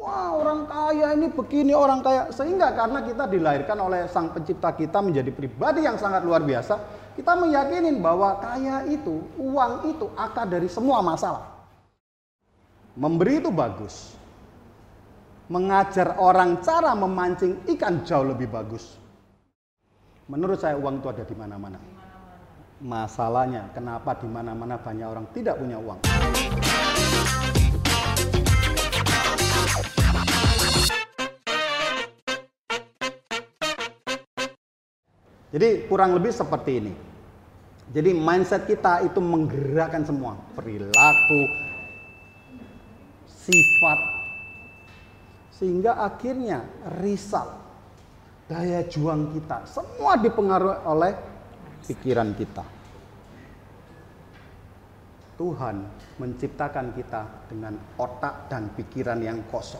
Wah, orang kaya ini begini, orang kaya. Sehingga karena kita dilahirkan oleh Sang Pencipta kita menjadi pribadi yang sangat luar biasa, kita meyakinin bahwa kaya itu, uang itu akar dari semua masalah. Memberi itu bagus. Mengajar orang cara memancing ikan jauh lebih bagus. Menurut saya uang itu ada di mana-mana. Masalahnya kenapa di mana-mana banyak orang tidak punya uang. Jadi kurang lebih seperti ini. Jadi mindset kita itu menggerakkan semua. Perilaku, sifat. Sehingga akhirnya risau, daya juang kita, semua dipengaruhi oleh pikiran kita. Tuhan menciptakan kita dengan otak dan pikiran yang kosong.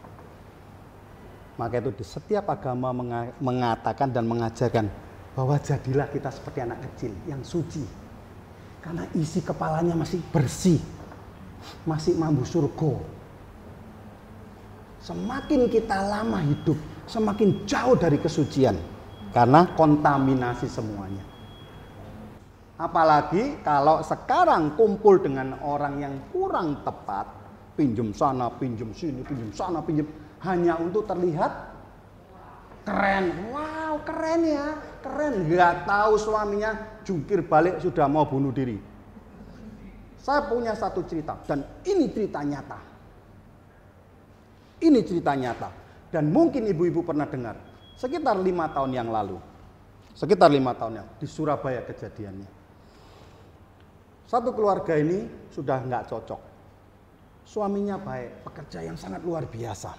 Maka itu di setiap agama mengatakan dan mengajarkan bahwa jadilah kita seperti anak kecil yang suci. Karena isi kepalanya masih bersih, masih mampu surga. Semakin kita lama hidup, semakin jauh dari kesucian. Karena kontaminasi semuanya. Apalagi kalau sekarang kumpul dengan orang yang kurang tepat, pinjam sana, pinjam sini, pinjam sana, pinjam, hanya untuk terlihat keren. Wow, keren ya, keren. Nggak tahu suaminya jungkir balik sudah mau bunuh diri. Saya punya satu cerita dan ini cerita nyata. Ini cerita nyata dan mungkin ibu-ibu pernah dengar sekitar 5 tahun yang lalu. Sekitar 5 tahun yang di Surabaya kejadiannya. Satu keluarga ini sudah nggak cocok. Suaminya baik, pekerja yang sangat luar biasa.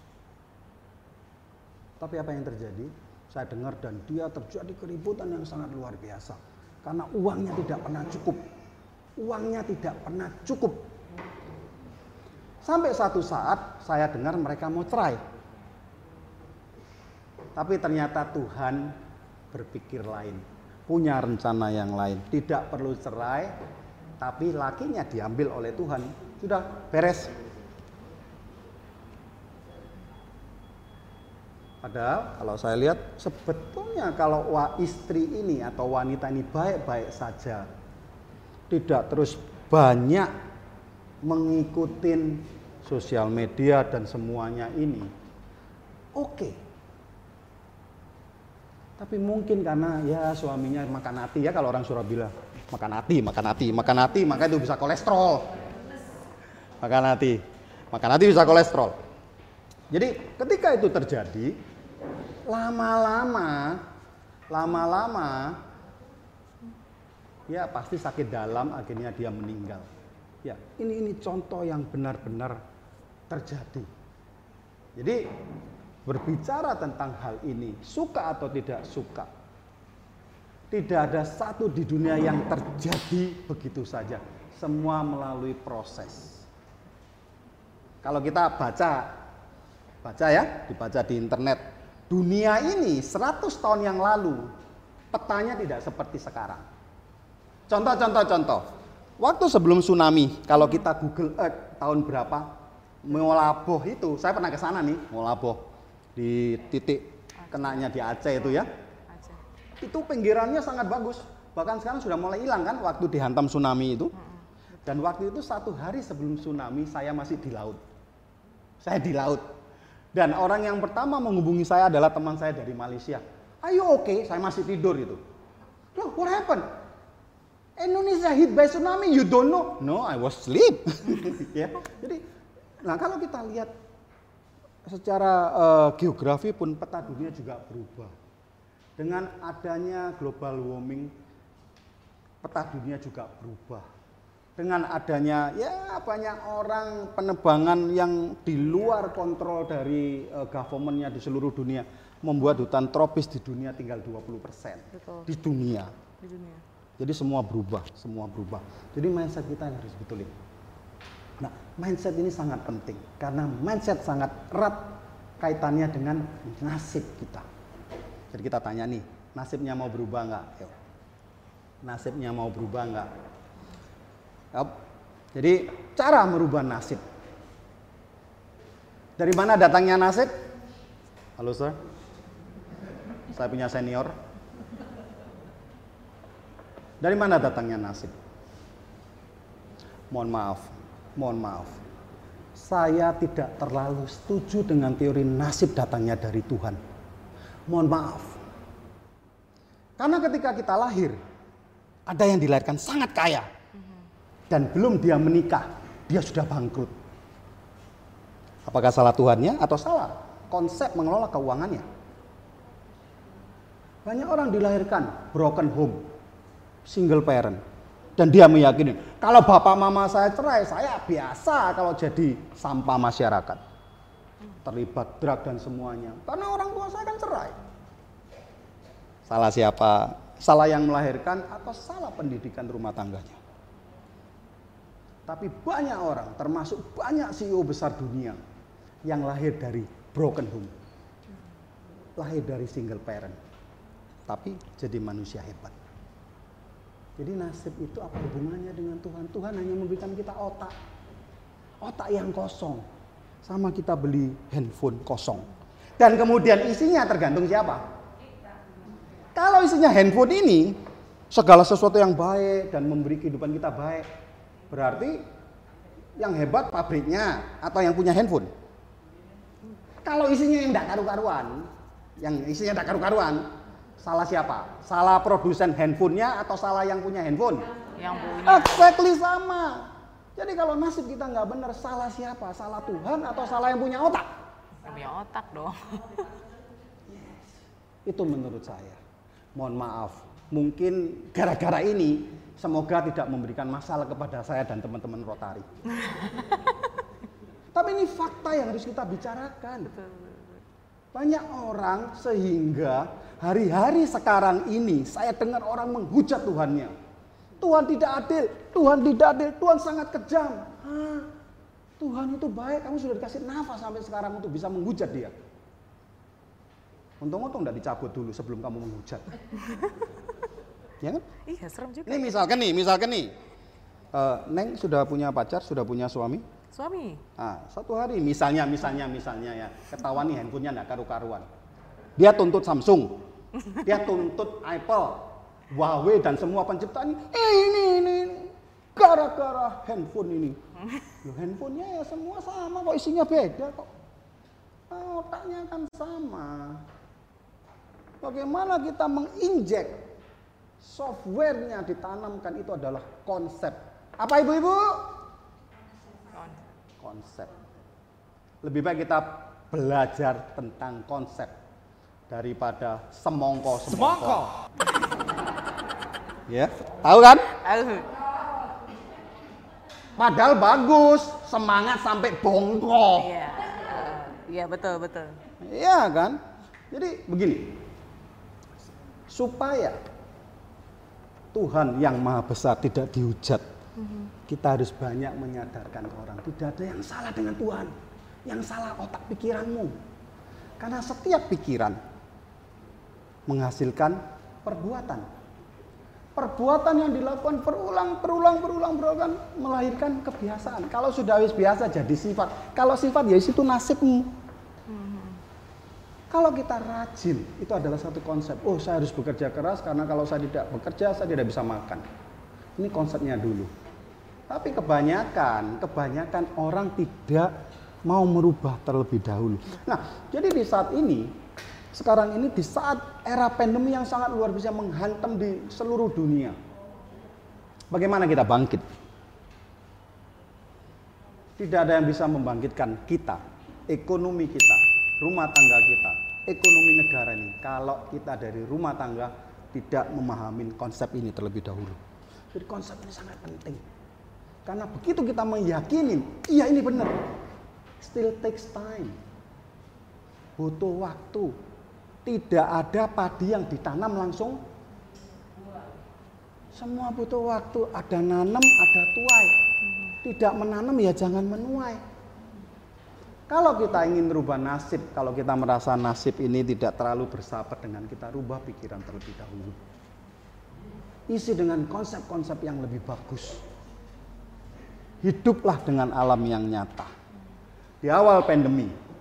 Tapi apa yang terjadi? Saya dengar dan dia terjadi keributan yang sangat luar biasa. Karena uangnya tidak pernah cukup. Uangnya tidak pernah cukup. Sampai satu saat saya dengar mereka mau cerai. Tapi ternyata Tuhan berpikir lain. Punya rencana yang lain. Tidak perlu cerai, tapi lakinya diambil oleh Tuhan. Sudah beres. Padahal kalau saya lihat sebetulnya kalau istri ini atau wanita ini baik-baik saja. Tidak terus banyak mengikuti sosial media dan semuanya ini. Oke. Tapi mungkin karena ya suaminya makan hati ya, kalau orang Surabaya makan hati, maka itu bisa kolesterol. Makan hati bisa kolesterol. Jadi ketika itu terjadi, lama-lama ya pasti sakit dalam, akhirnya dia meninggal. Ya, ini contoh yang benar-benar terjadi. Jadi berbicara tentang hal ini, suka atau tidak suka, tidak ada satu di dunia yang terjadi begitu saja. Semua melalui proses. Kalau kita baca ya, dibaca di internet, dunia ini 100 tahun yang lalu petanya tidak seperti sekarang. Contoh. Waktu sebelum tsunami, kalau kita Google Earth tahun berapa, Molaboh itu, saya pernah ke sana nih, Molaboh di titik kenanya di Aceh itu ya. Itu pinggirannya sangat bagus. Bahkan sekarang sudah mulai hilang kan waktu dihantam tsunami itu. Dan waktu itu 1 hari sebelum tsunami saya masih di laut. Saya di laut. Dan orang yang pertama menghubungi saya adalah teman saya dari Malaysia. Ayo oke, saya masih tidur itu. Loh, what happened? Indonesia hit by tsunami, you don't know? No, I was asleep. Ya. Jadi, nah kalau kita lihat secara geografi pun peta dunia juga berubah. Dengan adanya global warming, peta dunia juga berubah. Dengan adanya ya banyak orang penebangan yang di luar kontrol dari government-nya di seluruh dunia, membuat hutan tropis di dunia tinggal 20%. Betul. Di dunia. Di dunia. Jadi semua berubah. Jadi mindset kita yang harus betulin. Nah, mindset ini sangat penting karena mindset sangat erat kaitannya dengan nasib kita. Jadi kita tanya nih, nasibnya mau berubah nggak? Yuk. Nasibnya mau berubah nggak? Yuk. Jadi cara merubah nasib. Dari mana datangnya nasib? Halo sir, saya punya senior. Dari mana datangnya nasib? Mohon maaf. Saya tidak terlalu setuju dengan teori nasib datangnya dari Tuhan. Mohon maaf. Karena ketika kita lahir, ada yang dilahirkan sangat kaya. Dan belum dia menikah, dia sudah bangkrut. Apakah salah Tuhannya atau salah konsep mengelola keuangannya? Banyak orang dilahirkan broken home, single parent. Dan dia meyakini, kalau bapak mama saya cerai, saya biasa kalau jadi sampah masyarakat. Terlibat drug dan semuanya. Karena orang tua saya kan cerai. Salah siapa? Salah yang melahirkan atau salah pendidikan rumah tangganya? Tapi banyak orang, termasuk banyak CEO besar dunia yang lahir dari broken home. Lahir dari single parent. Tapi jadi manusia hebat. Jadi nasib itu apa hubungannya dengan Tuhan? Tuhan hanya memberikan kita otak. Otak yang kosong. Sama kita beli handphone kosong. Dan kemudian isinya tergantung siapa? Kalau isinya handphone ini, segala sesuatu yang baik dan memberi kehidupan kita baik, berarti yang hebat pabriknya atau yang punya handphone. Kalau isinya yang tidak karu-karuan, salah siapa? Salah produsen handphonenya atau salah yang punya handphone? Yang punya. Exactly sama. Jadi kalau nasib kita nggak benar, salah siapa? Salah Tuhan atau salah yang punya otak? Yang punya otak dong. Yes. Itu menurut saya. Mohon maaf, mungkin gara-gara ini semoga tidak memberikan masalah kepada saya dan teman-teman Rotary. Tapi ini fakta yang harus kita bicarakan. Banyak orang sehingga hari-hari sekarang ini saya dengar orang menghujat Tuhannya. Tuhan tidak adil, Tuhan sangat kejam. Tuhan itu baik, kamu sudah dikasih nafas sampai sekarang untuk bisa menghujat dia. Untung-untung tidak dicabut dulu sebelum kamu menghujat. Ya kan? Iya, serem juga. Ini misalkan nih. Neng sudah punya pacar, sudah punya suami? Suami. Satu hari misalnya ya, ketahuan nih handphonenya enggak karu-karuan. Dia tuntut Samsung. Dia tuntut Apple, Huawei dan semua penciptaan ini gara-gara handphone ini. Loh, handphonenya ya semua sama kok, isinya beda kok. Otaknya kan sama. Bagaimana kita menginjek softwarenya ditanamkan itu adalah konsep. Apa ibu-ibu? Konsep. Lebih baik kita belajar tentang konsep daripada semongko. Ya, tahu kan? Padahal bagus, semangat sampai bongkok. Iya, betul. Iya kan? Jadi begini. Supaya Tuhan yang Maha Besar tidak dihujat, kita harus banyak menyadarkan orang. Tidak ada yang salah dengan Tuhan. Yang salah otak pikiranmu. Karena setiap pikiran menghasilkan perbuatan. Perbuatan yang dilakukan berulang melahirkan kebiasaan. Kalau sudah biasa jadi sifat. Kalau sifat ya itu nasibmu. Kalau kita rajin, itu adalah satu konsep. Oh, saya harus bekerja keras karena kalau saya tidak bekerja, saya tidak bisa makan. Ini konsepnya dulu. Tapi kebanyakan orang tidak mau merubah terlebih dahulu. Nah, jadi di saat ini, sekarang ini di saat era pandemi yang sangat luar biasa menghantam di seluruh dunia. Bagaimana kita bangkit? Tidak ada yang bisa membangkitkan kita, ekonomi kita, rumah tangga kita, ekonomi negara ini, kalau kita dari rumah tangga tidak memahami konsep ini terlebih dahulu. Jadi konsep ini sangat penting. Karena begitu kita meyakini, iya ini benar, still takes time. Butuh waktu. Tidak ada padi yang ditanam langsung. Semua butuh waktu. Ada nanam, ada tuai. Tidak menanam ya jangan menuai. Kalau kita ingin merubah nasib, kalau kita merasa nasib ini tidak terlalu bersahabat dengan kita, rubah pikiran terlebih dahulu. Isi dengan konsep-konsep yang lebih bagus. Hiduplah dengan alam yang nyata. Di awal pandemi,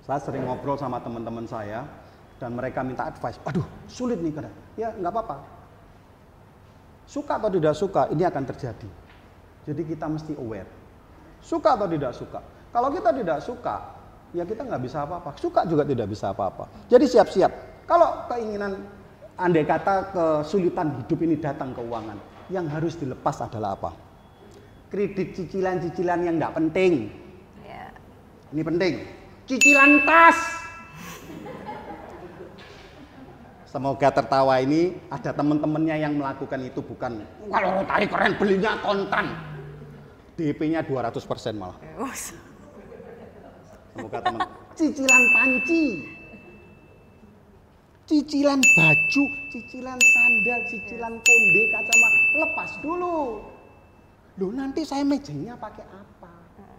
Saya sering ngobrol sama teman-teman saya dan mereka minta advice. Aduh, sulit nih kadang. Ya nggak apa-apa. Suka atau tidak suka, ini akan terjadi. Jadi kita mesti aware. Suka atau tidak suka. Kalau kita tidak suka, ya kita nggak bisa apa-apa. Suka juga tidak bisa apa-apa. Jadi siap-siap. Kalau keinginan, andai kata kesulitan hidup ini datang keuangan, yang harus dilepas adalah apa? Kredit cicilan-cicilan yang nggak penting. Ya. Ini penting. Cicilan tas. Semoga tertawa ini ada teman-temannya yang melakukan itu bukan kalau Rotary keren belinya kontan. DP-nya 200% malah. Semoga teman. Cicilan panci. Cicilan baju, cicilan sandal, cicilan konde, kacamata, lepas dulu. Loh nanti saya mejengnya pakai apa?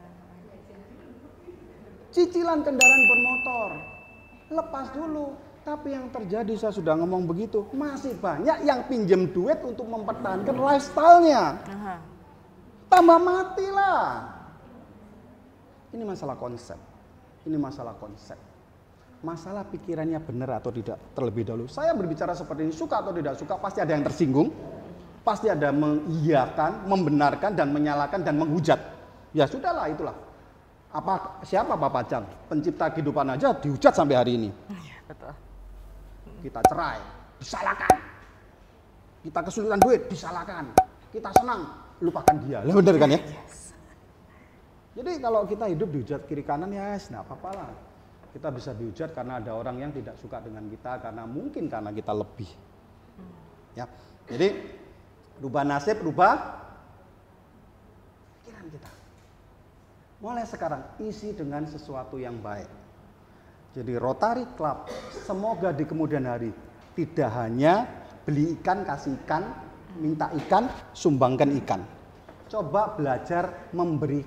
Cicilan kendaraan bermotor, lepas dulu. Tapi yang terjadi, saya sudah ngomong begitu, masih banyak yang pinjam duit untuk mempertahankan lifestyle-nya. Tambah matilah. Ini masalah konsep. Ini masalah konsep. Masalah pikirannya benar atau tidak terlebih dahulu. Saya berbicara seperti ini, suka atau tidak suka, pasti ada yang tersinggung. Pasti ada mengiyakan, membenarkan, dan menyalahkan, dan menghujat. Ya sudahlah, itulah. Siapa Pak Pajang? Pencipta kehidupan aja dihujat sampai hari ini. Betul. Kita cerai, disalahkan. Kita kesulitan duit, disalahkan. Kita senang, lupakan dia. Lah benar kan ya? Yes. Jadi kalau kita hidup dihujat kiri kanan, ya enggak apa-apa lah. Kita bisa dihujat karena ada orang yang tidak suka dengan kita, karena mungkin karena kita lebih. Ya. Jadi rubah nasib, rubah pikiran kita. Mulai sekarang isi dengan sesuatu yang baik. Jadi Rotary Club semoga di kemudian hari tidak hanya beli ikan, kasih ikan, minta ikan, sumbangkan ikan. Coba belajar memberi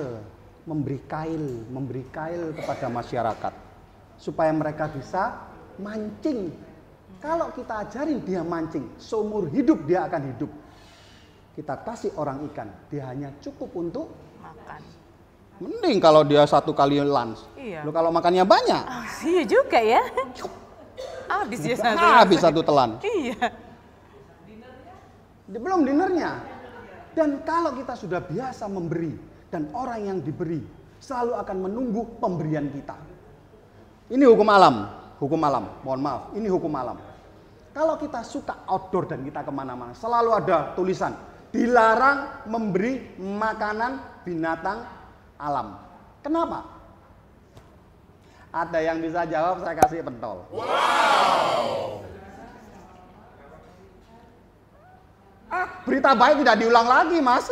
kail kepada masyarakat supaya mereka bisa mancing. Kalau kita ajarin dia mancing, seumur hidup dia akan hidup. Kita kasih orang ikan, dia hanya cukup untuk Makan. mending kalau dia satu kali lunch. Iya. Lo kalau makannya banyak, Iya juga ya. Habis ya satu. habis satu telan. Iya. Belum dinernya. Dan kalau kita sudah biasa memberi dan orang yang diberi selalu akan menunggu pemberian kita. Ini hukum alam, mohon maaf, ini hukum alam. Kalau kita suka outdoor dan kita kemana-mana, selalu ada tulisan, dilarang memberi makanan binatang alam. Kenapa? Ada yang bisa jawab, saya kasih pentol. Wow. Berita baik tidak diulang lagi, Mas.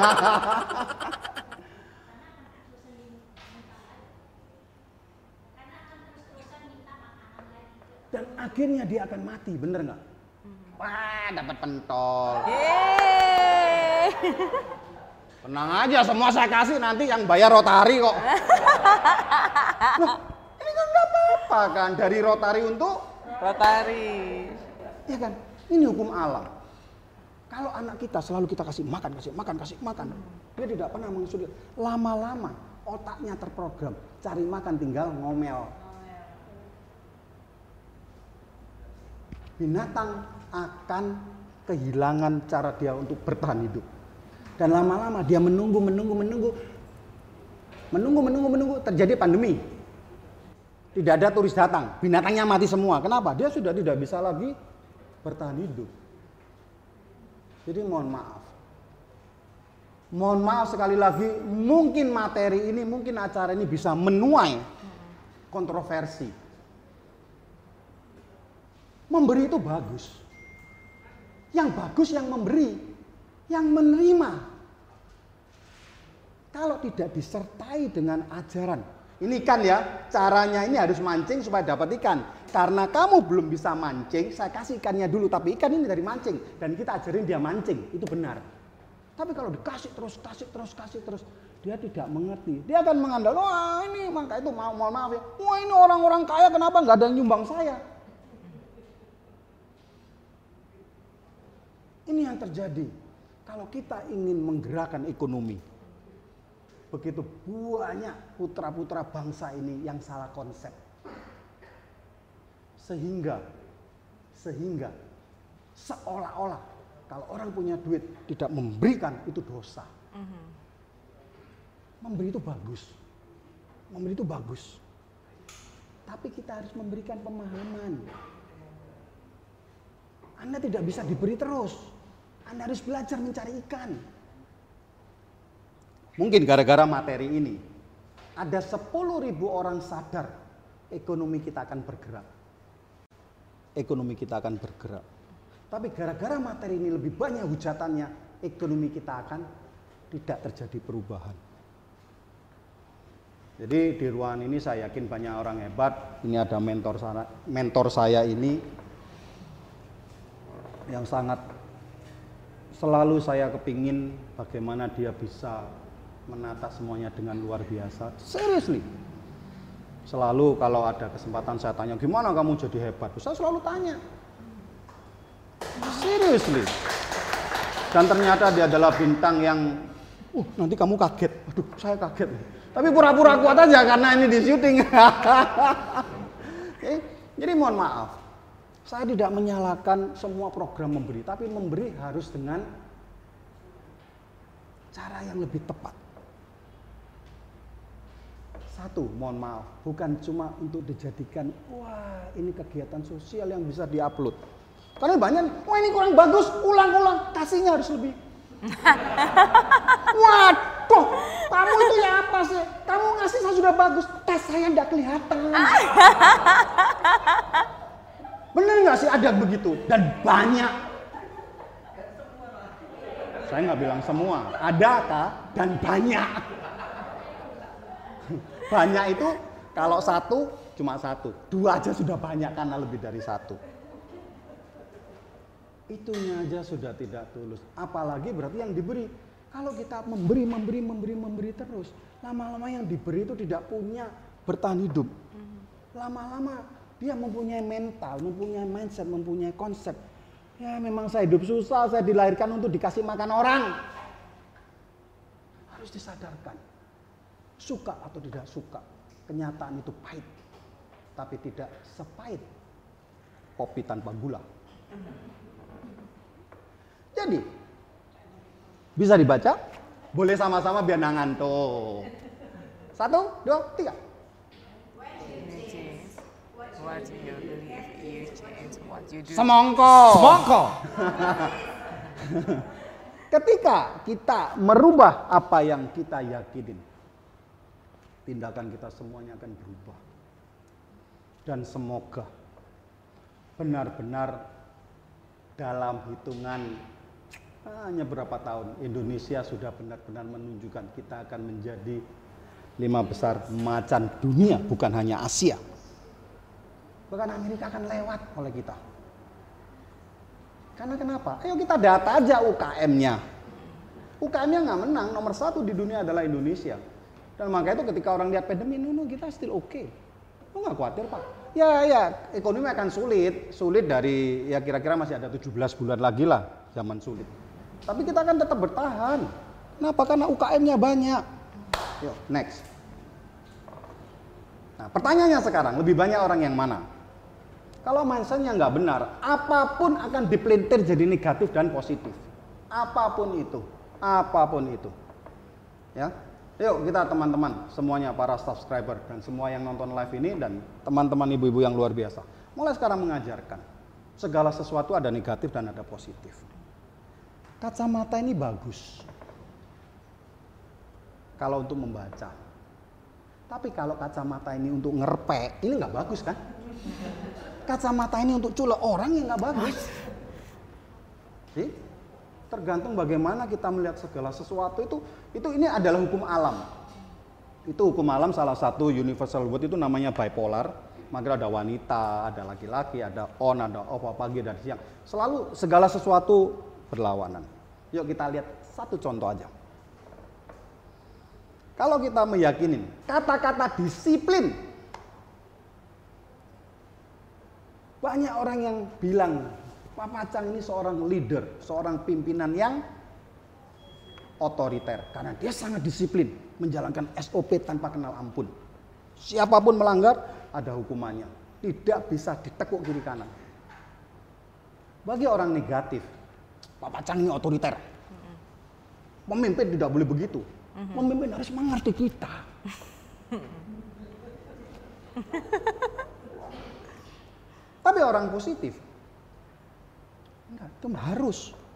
Dan akhirnya dia akan mati, bener nggak? Wah, dapat pentol. Yeay. Tenang aja, semua saya kasih, nanti yang bayar Rotary kok. Loh, ini kan nggak apa-apa kan, dari Rotary untuk Rotary. ya kan? Ini hukum alam. Kalau anak kita selalu kita kasih makan, dia tidak pernah mengesulit. Lama-lama otaknya terprogram, cari makan tinggal ngomel. Binatang akan kehilangan cara dia untuk bertahan hidup. Dan lama-lama dia menunggu, terjadi pandemi. Tidak ada turis datang, binatangnya mati semua. Kenapa? Dia sudah tidak bisa lagi bertahan hidup. Jadi mohon maaf sekali lagi, mungkin materi ini, mungkin acara ini bisa menuai kontroversi. Memberi itu bagus. Yang bagus yang memberi, yang menerima. Kalau tidak disertai dengan ajaran, ini kan ya, caranya ini harus mancing supaya dapat ikan. Karena kamu belum bisa mancing, saya kasih ikannya dulu. Tapi ikan ini dari mancing. Dan kita ajarin dia mancing, itu benar. Tapi kalau dikasih terus, dia tidak mengerti. Dia akan mengandalkan, wah ini, maka itu mohon maaf ya. Wah ini orang-orang kaya, kenapa nggak ada yang nyumbang saya? Ini yang terjadi. Kalau kita ingin menggerakkan ekonomi, begitu banyak putra-putra bangsa ini yang salah konsep. Sehingga seolah-olah kalau orang punya duit tidak memberikan itu dosa. Memberi itu bagus. Tapi kita harus memberikan pemahaman. Anda tidak bisa diberi terus. Anda harus belajar mencari ikan. Mungkin gara-gara materi ini, ada 10.000 orang sadar ekonomi kita akan bergerak. Tapi gara-gara materi ini lebih banyak hujatannya, ekonomi kita akan tidak terjadi perubahan. Jadi di ruangan ini saya yakin banyak orang hebat. Ini ada mentor saya ini yang sangat selalu saya kepingin bagaimana dia bisa menata semuanya dengan luar biasa. Seriously. Selalu kalau ada kesempatan saya tanya, gimana kamu jadi hebat? Saya selalu tanya. Seriously. Dan ternyata dia adalah bintang yang, nanti kamu kaget. Aduh, saya kaget. Tapi pura-pura kuat aja karena ini di syuting. Jadi mohon maaf. Saya tidak menyalahkan semua program memberi, tapi memberi harus dengan cara yang lebih tepat. Satu, mohon maaf, bukan cuma untuk dijadikan, wah ini kegiatan sosial yang bisa diupload. Karena banyak, wah ini kurang bagus, ulang-ulang, kasihnya harus lebih. Waduh, kamu itu ya apa sih? Kamu ngasih saya sudah bagus, tes saya tidak kelihatan. Bener nggak sih ada begitu? Dan banyak. Saya nggak bilang semua, ada kah? Dan banyak. Banyak itu kalau satu cuma satu, dua aja sudah banyak karena lebih dari satu. Itunya aja sudah tidak tulus. Apalagi berarti yang diberi. Kalau kita memberi terus, lama-lama yang diberi itu tidak punya bertahan hidup. Lama-lama dia mempunyai mental, mempunyai mindset, mempunyai konsep. Ya memang saya hidup susah, saya dilahirkan untuk dikasih makan orang. Harus disadarkan. Suka atau tidak suka, kenyataan itu pahit. Tapi tidak sepahit kopi tanpa gula. Jadi, bisa dibaca? Boleh sama-sama biar ngantuk. 1, 2, 3. What do you believe you change what you do? Semongko. Ketika kita merubah apa yang kita yakinin, tindakan kita semuanya akan berubah. Dan semoga benar-benar dalam hitungan hanya berapa tahun Indonesia sudah benar-benar menunjukkan kita akan menjadi 5 besar macan dunia, bukan hanya Asia. Bahkan Amerika akan lewat oleh kita. Karena kenapa? Ayo kita data aja UKM-nya. UKM-nya nggak menang, nomor 1 di dunia adalah Indonesia. Dan makanya itu ketika orang lihat pandemi, kita still okay. Lu nggak khawatir Pak? Ya, ekonomi akan sulit dari ya kira-kira masih ada 17 bulan lagi lah zaman sulit. Tapi kita akan tetap bertahan. Kenapa? Karena UKM-nya banyak. Yuk, next. Nah, pertanyaannya sekarang, lebih banyak orang yang mana? Kalau mindset-nya nggak benar, apapun akan dipelintir jadi negatif dan positif. Apapun itu. Ya. Yuk kita teman-teman, semuanya para subscriber dan semua yang nonton live ini dan teman-teman ibu-ibu yang luar biasa. Mulai sekarang mengajarkan, segala sesuatu ada negatif dan ada positif. Kacamata ini bagus kalau untuk membaca. Tapi kalau kacamata ini untuk ngerpek, ini nggak bagus kan? Kacamata ini untuk culek orang yang nggak bagus. Jadi, tergantung bagaimana kita melihat segala sesuatu itu ini adalah hukum alam. Itu hukum alam, salah satu universal word itu namanya bipolar. Maka ada wanita, ada laki-laki, ada on, ada off, pagi dan siang. Selalu segala sesuatu berlawanan. Yuk kita lihat satu contoh aja. Kalau kita meyakinin kata-kata disiplin, banyak orang yang bilang Pak Pacang ini seorang leader, seorang pimpinan yang otoriter karena dia sangat disiplin menjalankan SOP tanpa kenal ampun. Siapapun melanggar ada hukumannya, tidak bisa ditekuk kiri kanan. Bagi orang negatif, Pak Pacang ini otoriter. Pemimpin tidak boleh begitu. Pemimpin harus mengerti kita. Tapi orang positif, enggak, itu harus.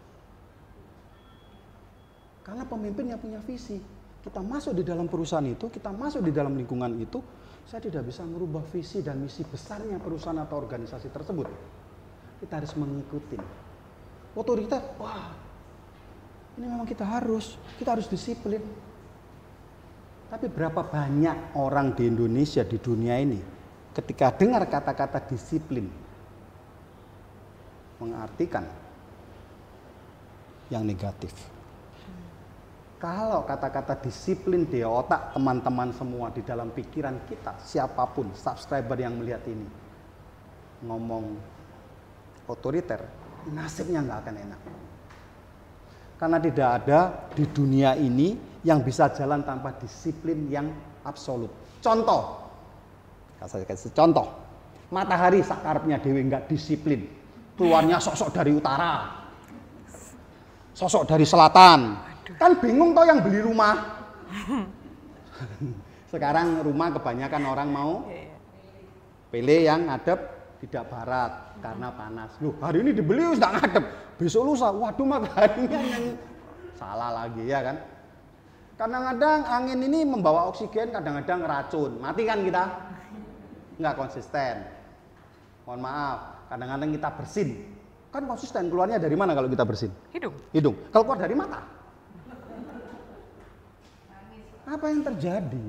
Karena pemimpin yang punya visi. Kita masuk di dalam perusahaan itu, kita masuk di dalam lingkungan itu, saya tidak bisa merubah visi dan misi besarnya perusahaan atau organisasi tersebut. Kita harus mengikuti. Otoritas, wah, ini memang kita harus disiplin. Tapi berapa banyak orang di Indonesia, di dunia ini, ketika dengar kata-kata disiplin, mengartikan yang negatif. Kalau kata-kata disiplin di otak teman-teman semua di dalam pikiran kita, siapapun subscriber yang melihat ini ngomong otoriter, nasibnya nggak akan enak. Karena tidak ada di dunia ini yang bisa jalan tanpa disiplin yang absolut. Contoh, saya kasih contoh, matahari sakarepnya dewe nggak disiplin, keluarnya sosok dari utara, sosok dari selatan. Kan bingung toh yang beli rumah. Sekarang rumah kebanyakan orang mau pilih yang ngadep tidak barat karena panas. Loh, hari ini dibeli sudah ngadep, besok lusa, waduh mataharinya yang salah lagi ya kan. Kadang-kadang angin ini membawa oksigen, kadang-kadang racun, mati kan kita? Nggak konsisten. Mohon maaf, kadang-kadang kita bersin, kan konsisten, keluarnya dari mana kalau kita bersin? Hidung. Kalau keluar dari mata? Apa yang terjadi?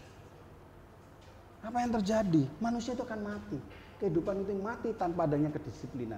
Apa yang terjadi? Manusia itu akan mati. Kehidupan itu mati tanpa adanya kedisiplinan.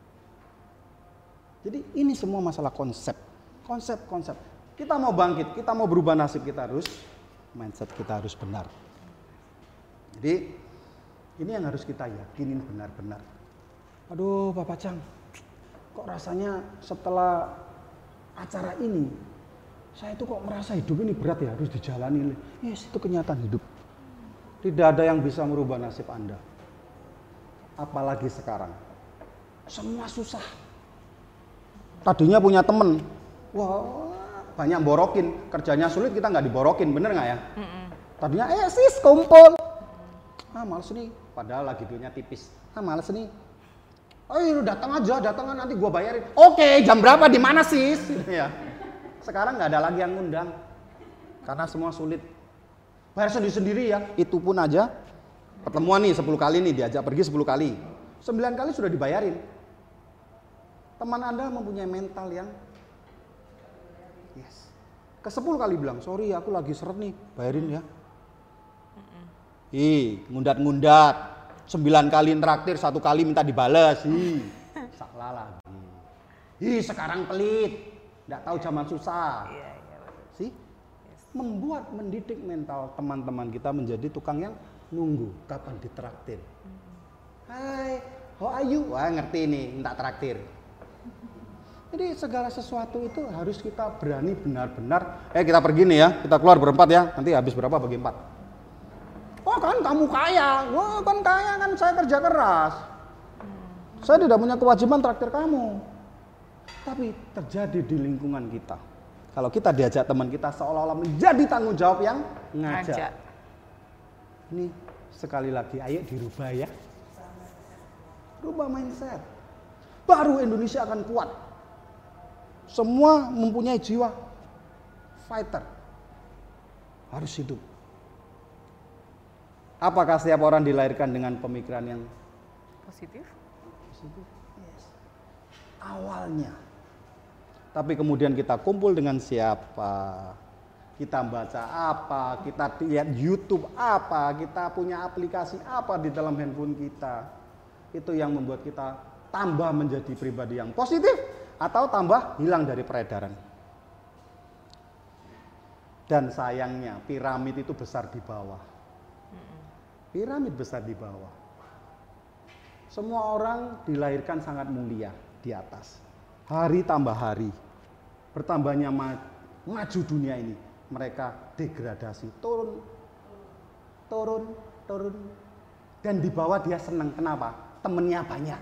Jadi ini semua masalah konsep. Konsep. Kita mau bangkit, kita mau berubah nasib, kita harus mindset kita harus benar. Jadi ini yang harus kita yakinin benar-benar. Aduh Pak Pacang, kok rasanya setelah acara ini saya itu kok merasa hidup ini berat ya, harus dijalani. Yes, itu kenyataan hidup. Tidak ada yang bisa merubah nasib Anda. Apalagi sekarang. Semua susah. Tadinya punya temen, wah banyak borokin, kerjanya sulit kita nggak diborokin, bener nggak ya? Tadinya sis kumpul. Males nih, padahal lagi duitnya tipis. Males nih. Ayo datang aja, nanti gua bayarin. Oke, jam berapa di mana sis? Ya. Sekarang nggak ada lagi yang ngundang karena semua sulit. Bayar sendiri-sendiri ya. Itu pun aja pertemuan nih 10 kali nih, diajak pergi 10 kali. 9 kali sudah dibayarin. Teman Anda mempunyai mental yang yes. Ke 10 kali bilang, sorry aku lagi seret nih, bayarin ya. Ngundat-ngundat. 9 kali traktir, 1 kali minta dibales. Salah lagi. Sekarang pelit. Nggak tahu zaman susah. Sih? Mendidik mental teman-teman kita menjadi tukang yang nunggu kapan ditraktir. Hai, how are you? Wah, ngerti nih, minta traktir. Jadi segala sesuatu itu harus kita berani benar-benar. Kita pergi nih ya, kita keluar berempat ya. Nanti habis berapa bagi 4? Oh kan kamu kaya. Wah kan kaya, kan saya kerja keras. Saya tidak punya kewajiban traktir kamu. Tapi terjadi di lingkungan kita. Kalau kita diajak teman kita seolah-olah menjadi tanggung jawab yang ngajak. Ini sekali lagi ayo dirubah ya. Rubah mindset. Baru Indonesia akan kuat. Semua mempunyai jiwa fighter. Harus hidup. Apakah setiap orang dilahirkan dengan pemikiran yang positif? Yes. Awalnya. Tapi kemudian kita kumpul dengan siapa, kita baca apa, kita lihat YouTube apa, kita punya aplikasi apa di dalam handphone kita. Itu yang membuat kita tambah menjadi pribadi yang positif atau tambah hilang dari peredaran. Dan sayangnya piramid itu besar di bawah. Piramid besar di bawah. Semua orang dilahirkan sangat mulia di atas. Hari tambah hari. Bertambahnya maju dunia ini, mereka degradasi, turun. Dan di bawah dia senang. Kenapa? Temennya banyak.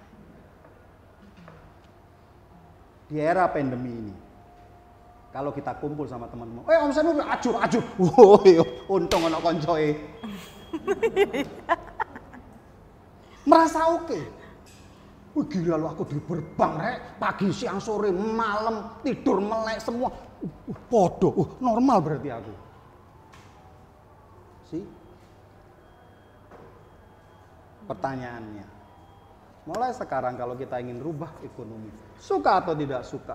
Di era pandemi ini, kalau kita kumpul sama teman-teman, omset lu ajur. Untung ana koncoe. Merasa oke. Wih gila lu, aku diberbang rek, pagi siang sore malam tidur melek semua. Podo, normal berarti aku. Sih. Pertanyaannya, mulai sekarang kalau kita ingin rubah ekonomi, suka atau tidak suka,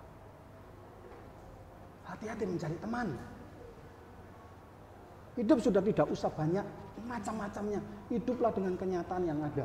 hati-hati mencari teman. Hidup sudah tidak usah banyak macam-macamnya, hiduplah dengan kenyataan yang ada.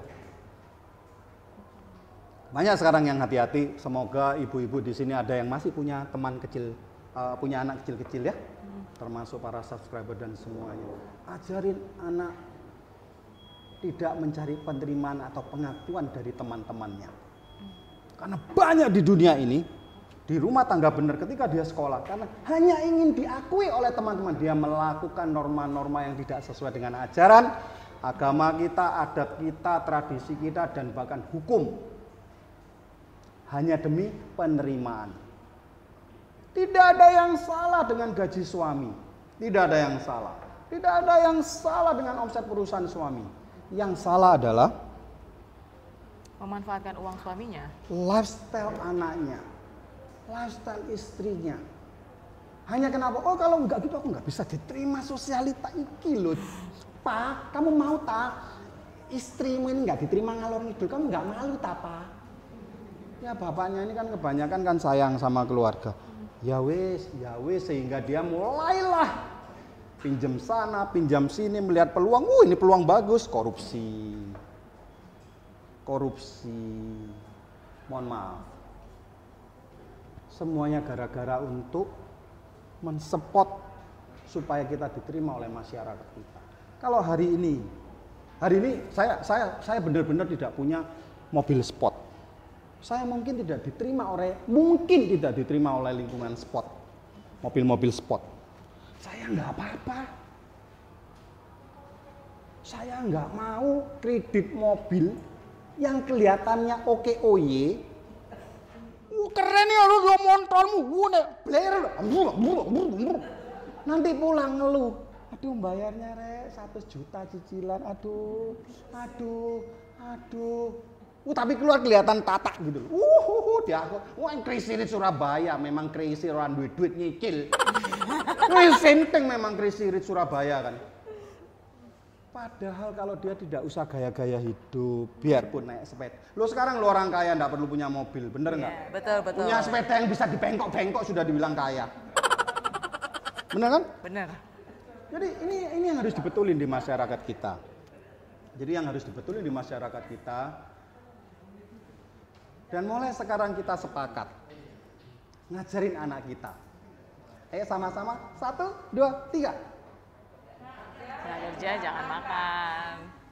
Banyak sekarang yang hati-hati, semoga ibu-ibu di sini ada yang masih punya teman kecil, punya anak kecil-kecil ya, termasuk para subscriber dan semuanya. Ajarin anak tidak mencari penerimaan atau pengakuan dari teman-temannya. Karena banyak di dunia ini, di rumah tangga benar ketika dia sekolah, karena hanya ingin diakui oleh teman-teman, dia melakukan norma-norma yang tidak sesuai dengan ajaran agama kita, adat kita, tradisi kita, dan bahkan hukum. Hanya demi penerimaan. Tidak ada yang salah dengan gaji suami. Tidak ada yang salah. Tidak ada yang salah dengan omset perusahaan suami. Yang salah adalah memanfaatkan uang suaminya, lifestyle anaknya, lifestyle istrinya. Hanya kenapa? Oh kalau enggak gitu aku enggak bisa diterima sosialita iki loh. Pak, kamu mau tak istrimu ini enggak diterima ngalor ngidul? Kamu enggak malu tak, Pak? Ya bapaknya ini kan kebanyakan kan sayang sama keluarga. Ya wes sehingga dia mulailah pinjam sana, pinjam sini, melihat peluang. Ini peluang bagus, korupsi. Mohon maaf. Semuanya gara-gara untuk mensupport supaya kita diterima oleh masyarakat kita. Kalau hari ini saya benar-benar tidak punya mobil sport. Saya mungkin tidak diterima oleh lingkungan sport. Mobil-mobil sport. Saya nggak apa-apa. Saya nggak mau kredit mobil yang kelihatannya oke-oye. Keren ya lu motormu, nanti pulang ngeluh. Aduh bayarnya rek 1 juta cicilan. Aduh. Tapi keluar kelihatan tatak gitu. Dia aku, crazy rich Surabaya, memang crazy orang duit nyicil. Senteng memang crazy rich Surabaya kan. Padahal kalau dia tidak usah gaya-gaya hidup, biarpun naik sepeda. Lo sekarang lo orang kaya nggak perlu punya mobil, bener nggak? Yeah, betul. Punya sepeda yang bisa dibengkok-bengkok sudah dibilang kaya. Bener kan? Bener. Jadi ini yang harus dibetulin di masyarakat kita. Dan mulai sekarang kita sepakat ngajarin anak kita. Ayo sama-sama, 1, 2, 3. Nggak kerja jangan makan.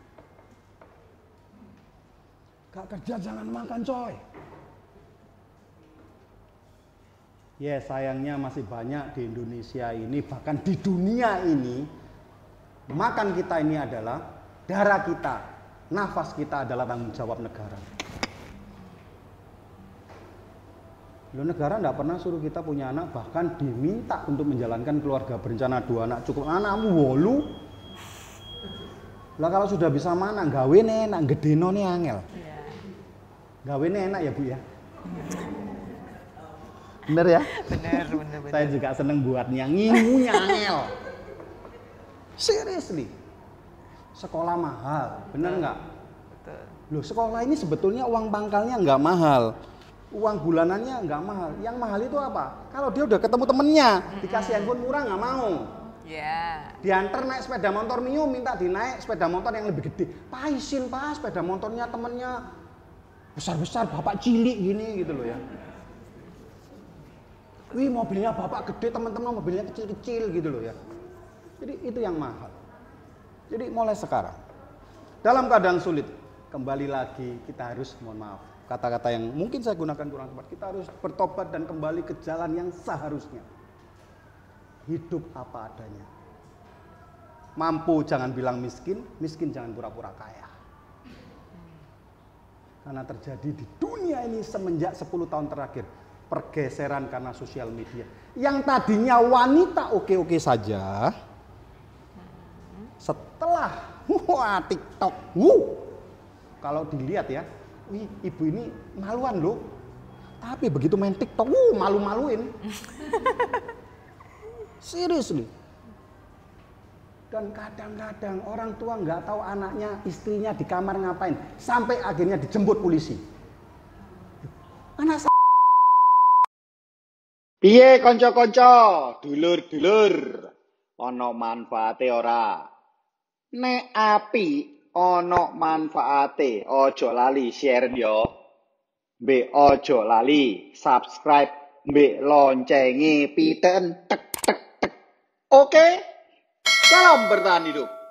Gak kerja jangan makan coy. Ya sayangnya masih banyak di Indonesia ini, bahkan di dunia ini, makan kita ini adalah darah kita, nafas kita adalah tanggung jawab negara. Negara tidak pernah suruh kita punya anak, bahkan diminta untuk menjalankan keluarga berencana 2 anak cukup. Anakmu 8. Lah kalau sudah bisa mana, gawe enak, gedeno nih angel. Gawe enak ya Bu ya. Bener ya? Bener. Saya juga seneng buatnya, ngimunya angel. Seriously. Sekolah mahal, bener nggak? Betul. Loh sekolah ini sebetulnya uang pangkalnya nggak mahal. Uang bulanannya nggak mahal. Yang mahal itu apa? Kalau dia udah ketemu temennya, dikasih handphone murah nggak mau. Ya. Diantar naik sepeda motor Mio, minta dinaik sepeda motor yang lebih gede. Paisin Pak, sepeda motornya temennya besar-besar, bapak cilik gini gitu loh ya. Wih mobilnya bapak gede, teman-teman mobilnya kecil-kecil gitu loh ya. Jadi itu yang mahal. Jadi mulai sekarang, dalam keadaan sulit, kembali lagi kita harus, mohon maaf, kata-kata yang mungkin saya gunakan kurang tepat, kita harus bertobat dan kembali ke jalan yang seharusnya. hidup apa adanya. Mampu jangan bilang miskin, miskin jangan pura-pura kaya. Karena terjadi di dunia ini semenjak 10 tahun terakhir, pergeseran karena sosial media. Yang tadinya wanita oke-oke saja, setelah TikTok, kalau dilihat ya, wih, ibu ini maluan loh. Tapi begitu main TikTok, malu-maluin. Seriously. Dan kadang-kadang orang tua nggak tahu anaknya, istrinya di kamar ngapain, sampai akhirnya dijemput polisi. Anak Piye kanca-kanca, dulur-dulur, ana manfaate ora? Nek apik ana manfaate, aja lali share yo. Mbek aja lali subscribe, mbek loncenge piten tek tek tek. Oke? Salam bertahan hidup.